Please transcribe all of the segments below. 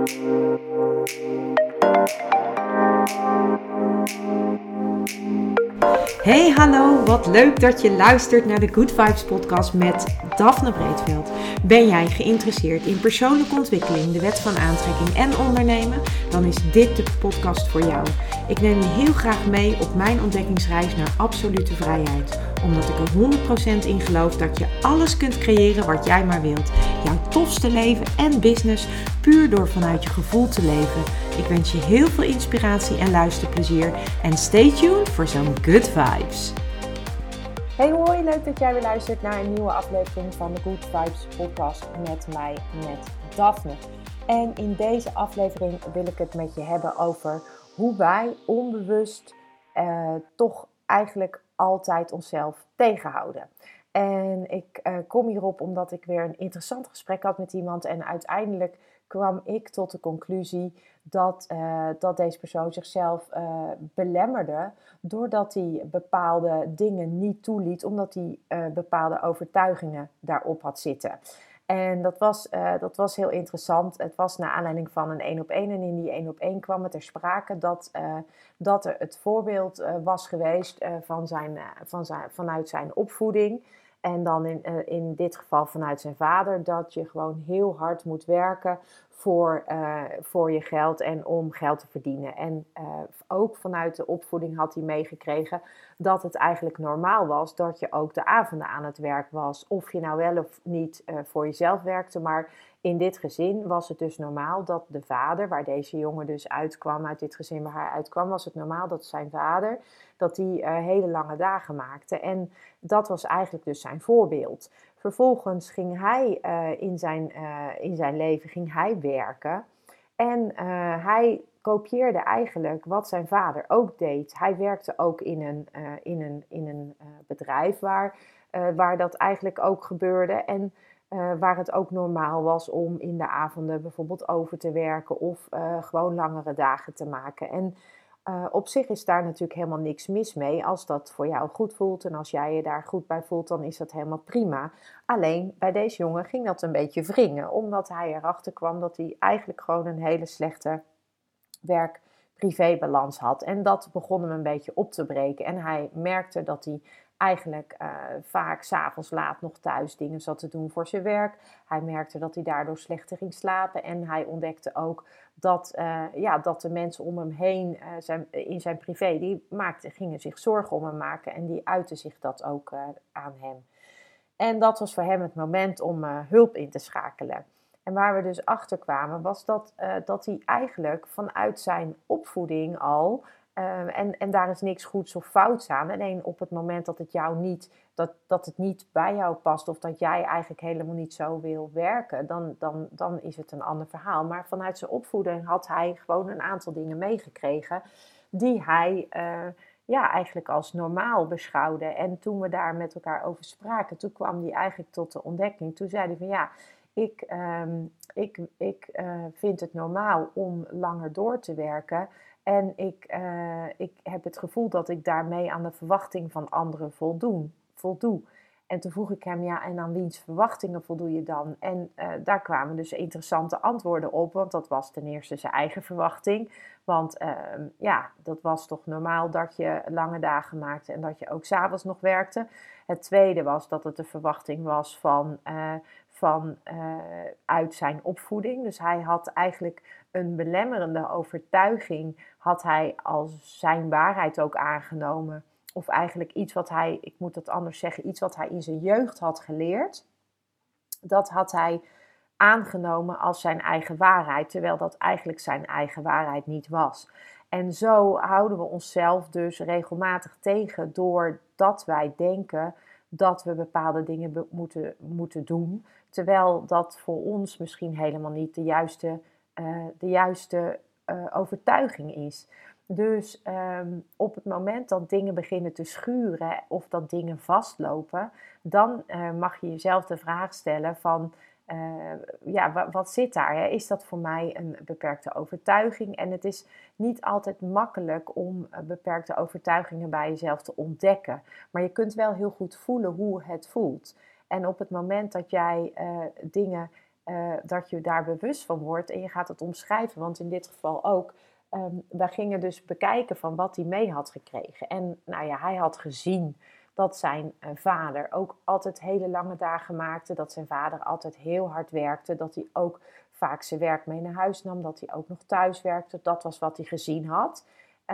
Hey, hallo, wat leuk dat je luistert naar de Good Vibes podcast met Daphne Breedveld. Ben jij geïnteresseerd in persoonlijke ontwikkeling, de wet van aantrekking en ondernemen? Dan is dit de podcast voor jou. Ik neem je heel graag mee op mijn ontdekkingsreis naar absolute vrijheid. Omdat ik er 100% in geloof dat je alles kunt creëren wat jij maar wilt. Jouw tofste leven en business puur door vanuit je gevoel te leven. Ik wens je heel veel inspiratie en luisterplezier. En stay tuned voor zo'n good vibes. Hey hoi, leuk dat jij weer luistert naar een nieuwe aflevering van de Good Vibes podcast met mij, met Daphne. En in deze aflevering wil ik het met je hebben over hoe wij onbewust toch eigenlijk altijd onszelf tegenhouden. En ik kom hierop omdat ik weer een interessant gesprek had met iemand en uiteindelijk kwam ik tot de conclusie dat deze persoon zichzelf belemmerde doordat hij bepaalde dingen niet toeliet, omdat hij bepaalde overtuigingen daarop had zitten. En dat was heel interessant. Het was naar aanleiding van een 1-op-1 en in die 1-op-1 kwam het ter sprake dat er het voorbeeld was geweest vanuit zijn opvoeding. En dan in dit geval vanuit zijn vader, dat je gewoon heel hard moet werken voor je geld en om geld te verdienen. En ook vanuit de opvoeding had hij meegekregen dat het eigenlijk normaal was dat je ook de avonden aan het werk was. Of je nou wel of niet voor jezelf werkte, maar in dit gezin was het dus normaal dat de vader, waar deze jongen dus uitkwam, uit dit gezin waar hij uitkwam, was het normaal dat zijn vader, dat hij hele lange dagen maakte. En dat was eigenlijk dus zijn voorbeeld. Vervolgens ging hij in zijn leven werken en hij kopieerde eigenlijk wat zijn vader ook deed. Hij werkte ook in een bedrijf waar dat eigenlijk ook gebeurde en waar het ook normaal was om in de avonden bijvoorbeeld over te werken of gewoon langere dagen te maken. En op zich is daar natuurlijk helemaal niks mis mee. Als dat voor jou goed voelt en als jij je daar goed bij voelt, dan is dat helemaal prima. Alleen bij deze jongen ging dat een beetje wringen, omdat hij erachter kwam dat hij eigenlijk gewoon een hele slechte werk-privé-balans had. En dat begon hem een beetje op te breken. En hij merkte dat hij eigenlijk vaak 's avonds laat nog thuis dingen zat te doen voor zijn werk. Hij merkte dat hij daardoor slechter ging slapen. En hij ontdekte ook dat de mensen om hem heen in zijn privé, gingen zich zorgen om hem maken. En die uitten zich dat ook aan hem. En dat was voor hem het moment om hulp in te schakelen. En waar we dus achter kwamen was dat hij eigenlijk vanuit zijn opvoeding al, en daar is niks goeds of fouts aan. Alleen op het moment dat het jou niet, dat het niet bij jou past of dat jij eigenlijk helemaal niet zo wil werken, dan is het een ander verhaal. Maar vanuit zijn opvoeding had hij gewoon een aantal dingen meegekregen die hij eigenlijk als normaal beschouwde. En toen we daar met elkaar over spraken, toen kwam hij eigenlijk tot de ontdekking. Toen zei hij van ja, ik vind het normaal om langer door te werken. En ik heb het gevoel dat ik daarmee aan de verwachting van anderen voldoe. En toen vroeg ik hem, ja, en aan wiens verwachtingen voldoe je dan? En daar kwamen dus interessante antwoorden op, want dat was ten eerste zijn eigen verwachting. Want dat was toch normaal dat je lange dagen maakte en dat je ook 's avonds nog werkte. Het tweede was dat het de verwachting was uit zijn opvoeding. Dus hij had eigenlijk een belemmerende overtuiging, had hij als zijn waarheid ook aangenomen. Of eigenlijk iets wat hij, ik moet het anders zeggen, iets wat hij in zijn jeugd had geleerd. Dat had hij aangenomen als zijn eigen waarheid, terwijl dat eigenlijk zijn eigen waarheid niet was. En zo houden we onszelf dus regelmatig tegen doordat wij denken dat we bepaalde dingen moeten doen, terwijl dat voor ons misschien helemaal niet de juiste overtuiging is. Dus op het moment dat dingen beginnen te schuren of dat dingen vastlopen, dan mag je jezelf de vraag stellen van, wat zit daar? Hè? Is dat voor mij een beperkte overtuiging? En het is niet altijd makkelijk om beperkte overtuigingen bij jezelf te ontdekken. Maar je kunt wel heel goed voelen hoe het voelt. En op het moment dat jij dingen dat je daar bewust van wordt en je gaat het omschrijven. Want in dit geval ook, wij gingen dus bekijken van wat hij mee had gekregen. En nou ja, hij had gezien dat zijn vader ook altijd hele lange dagen maakte. Dat zijn vader altijd heel hard werkte. Dat hij ook vaak zijn werk mee naar huis nam. Dat hij ook nog thuis werkte. Dat was wat hij gezien had.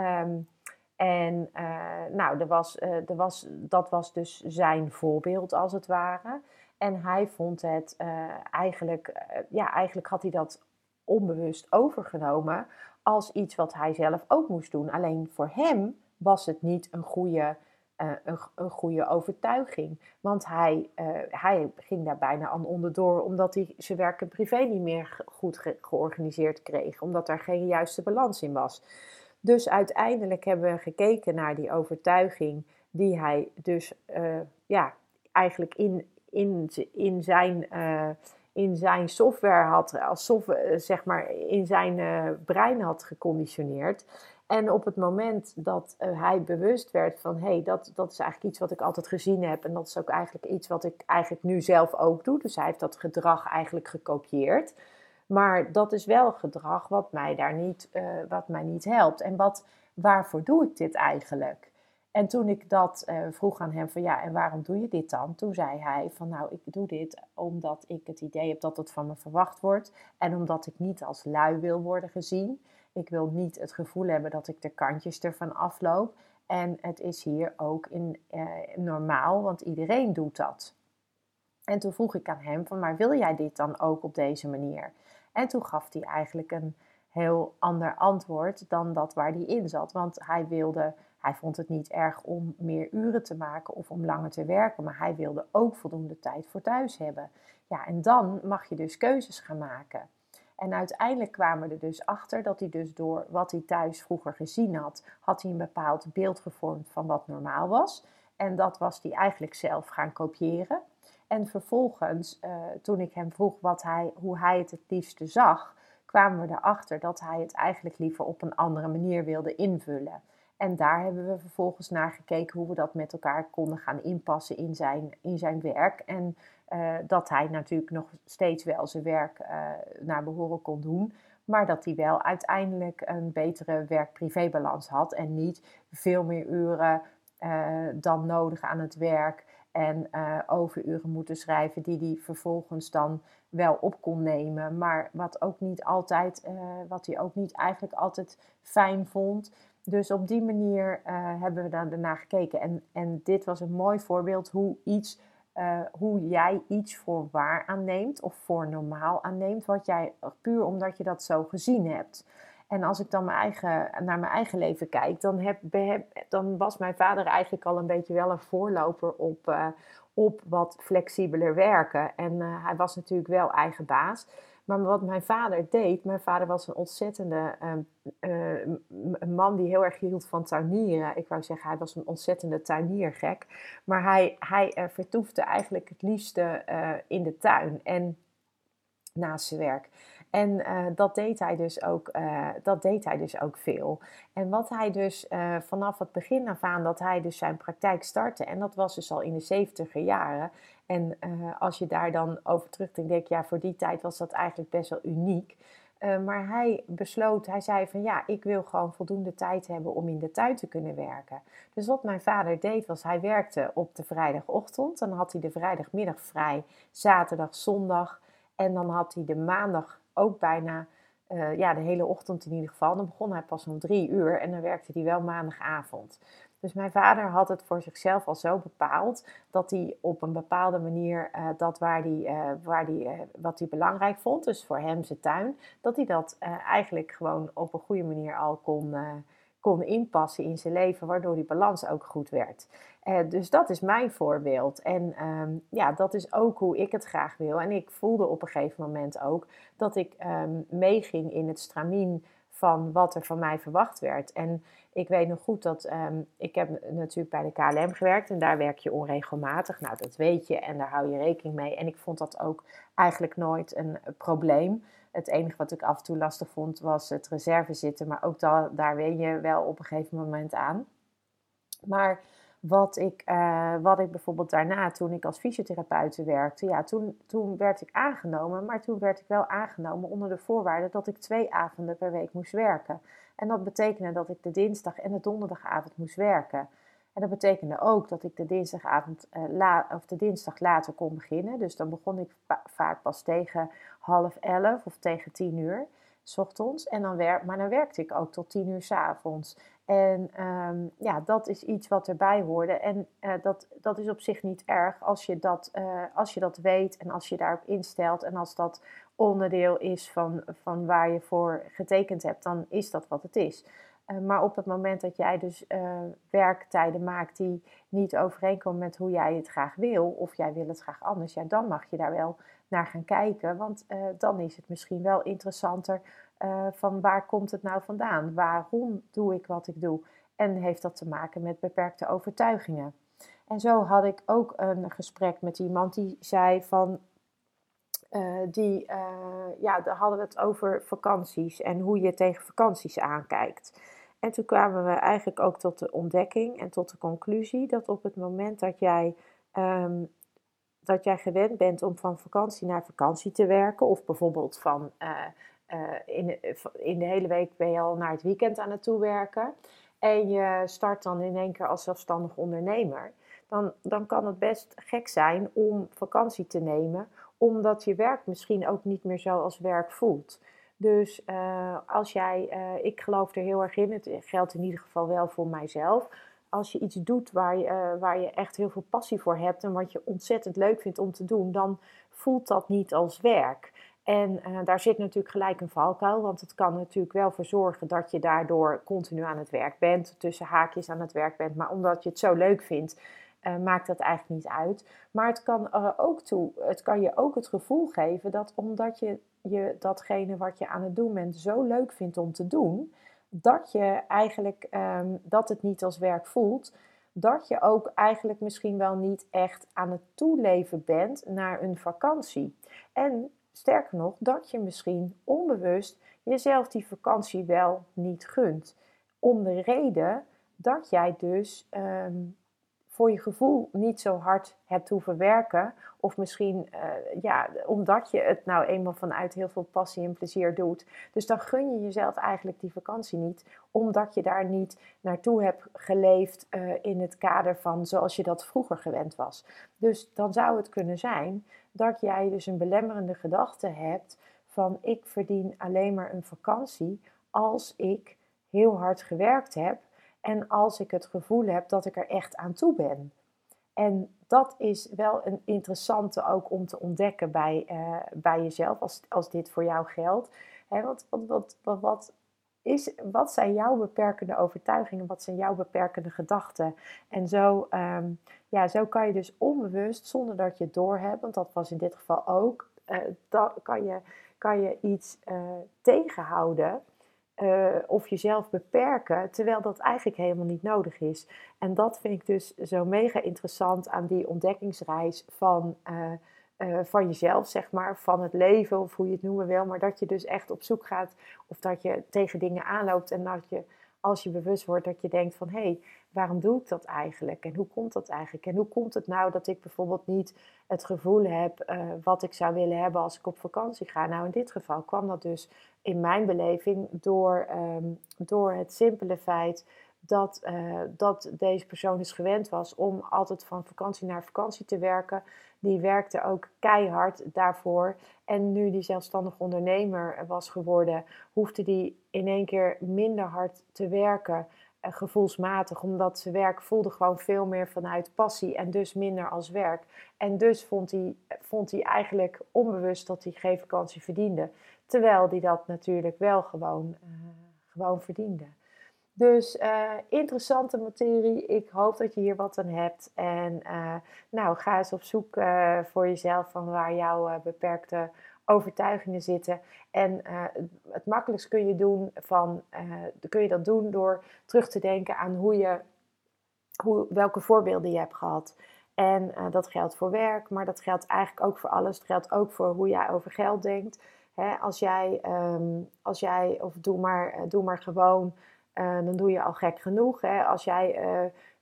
Nou, dat was dus zijn voorbeeld als het ware. En hij vond het eigenlijk had hij dat onbewust overgenomen als iets wat hij zelf ook moest doen. Alleen voor hem was het niet een goede overtuiging. Want hij ging daar bijna aan onderdoor omdat hij zijn werk en privé niet meer goed georganiseerd kreeg. Omdat er geen juiste balans in was. Dus uiteindelijk hebben we gekeken naar die overtuiging die hij dus eigenlijk in zijn software had, als software, zeg maar, in zijn brein had geconditioneerd. En op het moment dat hij bewust werd van, hé, dat is eigenlijk iets wat ik altijd gezien heb. En dat is ook eigenlijk iets wat ik eigenlijk nu zelf ook doe. Dus hij heeft dat gedrag eigenlijk gekopieerd. Maar dat is wel gedrag wat mij niet helpt. En waarvoor doe ik dit eigenlijk? En toen ik dat vroeg aan hem van ja, en waarom doe je dit dan? Toen zei hij van nou, ik doe dit omdat ik het idee heb dat het van me verwacht wordt. En omdat ik niet als lui wil worden gezien. Ik wil niet het gevoel hebben dat ik de kantjes ervan afloop. En het is hier ook normaal, want iedereen doet dat. En toen vroeg ik aan hem van maar wil jij dit dan ook op deze manier? En toen gaf hij eigenlijk een heel ander antwoord dan dat waar hij in zat. Want hij vond het niet erg om meer uren te maken of om langer te werken. Maar hij wilde ook voldoende tijd voor thuis hebben. Ja, en dan mag je dus keuzes gaan maken. En uiteindelijk kwamen we er dus achter dat hij dus door wat hij thuis vroeger gezien had hij een bepaald beeld gevormd van wat normaal was. En dat was hij eigenlijk zelf gaan kopiëren. En vervolgens, toen ik hem vroeg hoe hij het liefste zag, kwamen we erachter dat hij het eigenlijk liever op een andere manier wilde invullen. En daar hebben we vervolgens naar gekeken hoe we dat met elkaar konden gaan inpassen in zijn werk. En dat hij natuurlijk nog steeds wel zijn werk naar behoren kon doen. Maar dat hij wel uiteindelijk een betere werk-privé-balans had. En niet veel meer uren dan nodig aan het werk. En overuren moeten schrijven die hij vervolgens dan wel op kon nemen. Maar wat hij ook niet eigenlijk altijd fijn vond. Dus op die manier hebben we daarna gekeken. En dit was een mooi voorbeeld hoe jij iets voor waar aanneemt of voor normaal aanneemt. Puur omdat je dat zo gezien hebt. En als ik dan naar mijn eigen leven kijk, dan was mijn vader eigenlijk al een beetje wel een voorloper op wat flexibeler werken. En hij was natuurlijk wel eigen baas. Maar wat mijn vader deed, mijn vader was een ontzettende een man die heel erg hield van tuinieren. Ik wou zeggen, hij was een ontzettende tuiniergek. Maar hij vertoefde eigenlijk het liefste in de tuin en naast zijn werk. En dat deed hij dus ook veel. En wat hij dus vanaf het begin af aan dat hij dus zijn praktijk startte. En dat was dus al in de 70er jaren. En als je daar dan over terugdenkt, denk je, ja, voor die tijd was dat eigenlijk best wel uniek. Maar hij zei van ja, ik wil gewoon voldoende tijd hebben om in de tuin te kunnen werken. Dus wat mijn vader deed was, hij werkte op de vrijdagochtend. Dan had hij de vrijdagmiddag vrij, zaterdag, zondag. En dan had hij de maandag ook bijna, de hele ochtend in ieder geval. Dan begon hij pas om 3:00 en dan werkte hij wel maandagavond. Dus mijn vader had het voor zichzelf al zo bepaald dat hij op een bepaalde manier wat hij belangrijk vond, dus voor hem zijn tuin, dat hij dat eigenlijk gewoon op een goede manier al kon inpassen in zijn leven, waardoor die balans ook goed werd. Dus dat is mijn voorbeeld. En dat is ook hoe ik het graag wil. En ik voelde op een gegeven moment ook dat ik meeging in het stramien van wat er van mij verwacht werd. En ik weet nog goed dat ik heb natuurlijk bij de KLM gewerkt en daar werk je onregelmatig. Nou, dat weet je en daar hou je rekening mee. En ik vond dat ook eigenlijk nooit een probleem. Het enige wat ik af en toe lastig vond was het reserve zitten, maar ook daar wen je wel op een gegeven moment aan. Maar wat ik bijvoorbeeld daarna, toen ik als fysiotherapeute werkte, ja, toen werd ik aangenomen. Maar toen werd ik wel aangenomen onder de voorwaarde dat ik 2 avonden per week moest werken. En dat betekende dat ik de dinsdag en de donderdagavond moest werken. En dat betekende ook dat ik de dinsdagavond of de dinsdag later kon beginnen. Dus dan begon ik vaak pas tegen 10:30 of tegen 10:00 's ochtends. Maar dan werkte ik ook tot 10:00 's avonds. En ja, dat is iets wat erbij hoorde. En dat is op zich niet erg als je dat weet en als je daarop instelt. En als dat onderdeel is van waar je voor getekend hebt, dan is dat wat het is. Maar op het moment dat jij dus werktijden maakt die niet overeenkomen met hoe jij het graag wil, of jij wil het graag anders, ja, dan mag je daar wel naar gaan kijken. Want dan is het misschien wel interessanter van waar komt het nou vandaan? Waarom doe ik wat ik doe? En heeft dat te maken met beperkte overtuigingen? En zo had ik ook een gesprek met iemand die zei van, ja, daar hadden we het over vakanties en hoe je tegen vakanties aankijkt. En toen kwamen we eigenlijk ook tot de ontdekking en tot de conclusie dat op het moment dat jij gewend bent om van vakantie naar vakantie te werken, of bijvoorbeeld in de hele week ben je al naar het weekend aan het toewerken en je start dan in één keer als zelfstandig ondernemer, dan kan het best gek zijn om vakantie te nemen, omdat je werk misschien ook niet meer zo als werk voelt. Dus ik geloof er heel erg in, het geldt in ieder geval wel voor mijzelf. Als je iets doet waar je echt heel veel passie voor hebt en wat je ontzettend leuk vindt om te doen, dan voelt dat niet als werk. En daar zit natuurlijk gelijk een valkuil, want het kan natuurlijk wel voor zorgen dat je daardoor continu aan het werk bent, tussen haakjes aan het werk bent, maar omdat je het zo leuk vindt, maakt dat eigenlijk niet uit. Maar het kan je ook het gevoel geven dat omdat je datgene wat je aan het doen bent zo leuk vindt om te doen, dat je eigenlijk dat het niet als werk voelt, dat je ook eigenlijk misschien wel niet echt aan het toeleven bent naar een vakantie. En sterker nog, dat je misschien onbewust jezelf die vakantie wel niet gunt. Om de reden dat jij dus voor je gevoel niet zo hard hebt hoeven werken. Of misschien omdat je het nou eenmaal vanuit heel veel passie en plezier doet. Dus dan gun je jezelf eigenlijk die vakantie niet. Omdat je daar niet naartoe hebt geleefd in het kader van zoals je dat vroeger gewend was. Dus dan zou het kunnen zijn dat jij dus een belemmerende gedachte hebt van ik verdien alleen maar een vakantie als ik heel hard gewerkt heb. En als ik het gevoel heb dat ik er echt aan toe ben. En dat is wel een interessante ook om te ontdekken bij jezelf, als dit voor jou geldt. Hè, wat zijn jouw beperkende overtuigingen? Wat zijn jouw beperkende gedachten? En zo kan je dus onbewust, zonder dat je het doorhebt, want dat was in dit geval ook, kan je iets tegenhouden. Of jezelf beperken, terwijl dat eigenlijk helemaal niet nodig is. En dat vind ik dus zo mega interessant aan die ontdekkingsreis van jezelf, zeg maar, van het leven, of hoe je het noemen wil. Maar dat je dus echt op zoek gaat, of dat je tegen dingen aanloopt en dat je, als je bewust wordt, dat je denkt van, hé, waarom doe ik dat eigenlijk? En hoe komt dat eigenlijk? En hoe komt het nou dat ik bijvoorbeeld niet het gevoel heb wat ik zou willen hebben als ik op vakantie ga? Nou, in dit geval kwam dat dus in mijn beleving door het simpele feit dat deze persoon dus gewend was om altijd van vakantie naar vakantie te werken. Die werkte ook keihard daarvoor. En nu die zelfstandig ondernemer was geworden, hoefde die in één keer minder hard te werken, gevoelsmatig. Omdat zijn werk voelde gewoon veel meer vanuit passie en dus minder als werk. En dus vond hij eigenlijk onbewust dat hij geen vakantie verdiende. Terwijl die dat natuurlijk wel gewoon verdiende. Dus interessante materie. Ik hoop dat je hier wat aan hebt. En ga eens op zoek voor jezelf van waar jouw beperkte overtuigingen zitten. En het makkelijkst kun je dat doen door terug te denken aan welke voorbeelden je hebt gehad. En dat geldt voor werk, maar dat geldt eigenlijk ook voor alles. Het geldt ook voor hoe jij over geld denkt. Hè, als jij of doe maar gewoon, dan doe je al gek genoeg. Hè? Als jij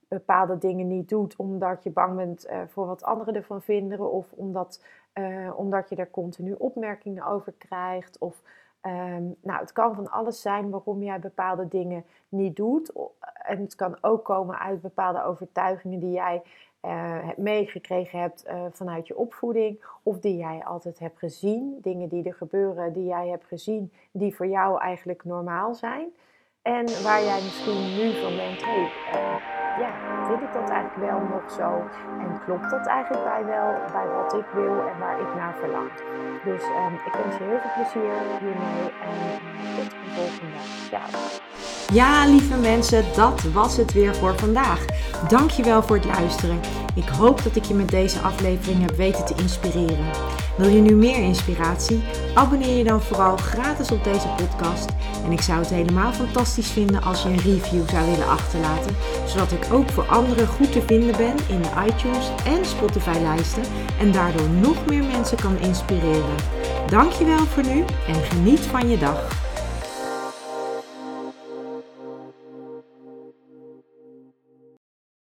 bepaalde dingen niet doet omdat je bang bent voor wat anderen ervan vinden, of omdat je er continu opmerkingen over krijgt. Of het kan van alles zijn waarom jij bepaalde dingen niet doet. En het kan ook komen uit bepaalde overtuigingen die jij meegekregen hebt vanuit je opvoeding, of die jij altijd hebt gezien. Dingen die er gebeuren, die jij hebt gezien, die voor jou eigenlijk normaal zijn. En waar jij misschien nu van denkt, vind ik dat eigenlijk wel nog zo? En klopt dat eigenlijk bij wat ik wil en waar ik naar verlang? Dus ik wens je heel veel plezier hiermee en tot de volgende. Ciao. Ja, lieve mensen, dat was het weer voor vandaag. Dankjewel voor het luisteren. Ik hoop dat ik je met deze aflevering heb weten te inspireren. Wil je nu meer inspiratie? Abonneer je dan vooral gratis op deze podcast. En ik zou het helemaal fantastisch vinden als je een review zou willen achterlaten, zodat ik ook voor anderen goed te vinden ben in de iTunes en Spotify lijsten en daardoor nog meer mensen kan inspireren. Dankjewel voor nu en geniet van je dag.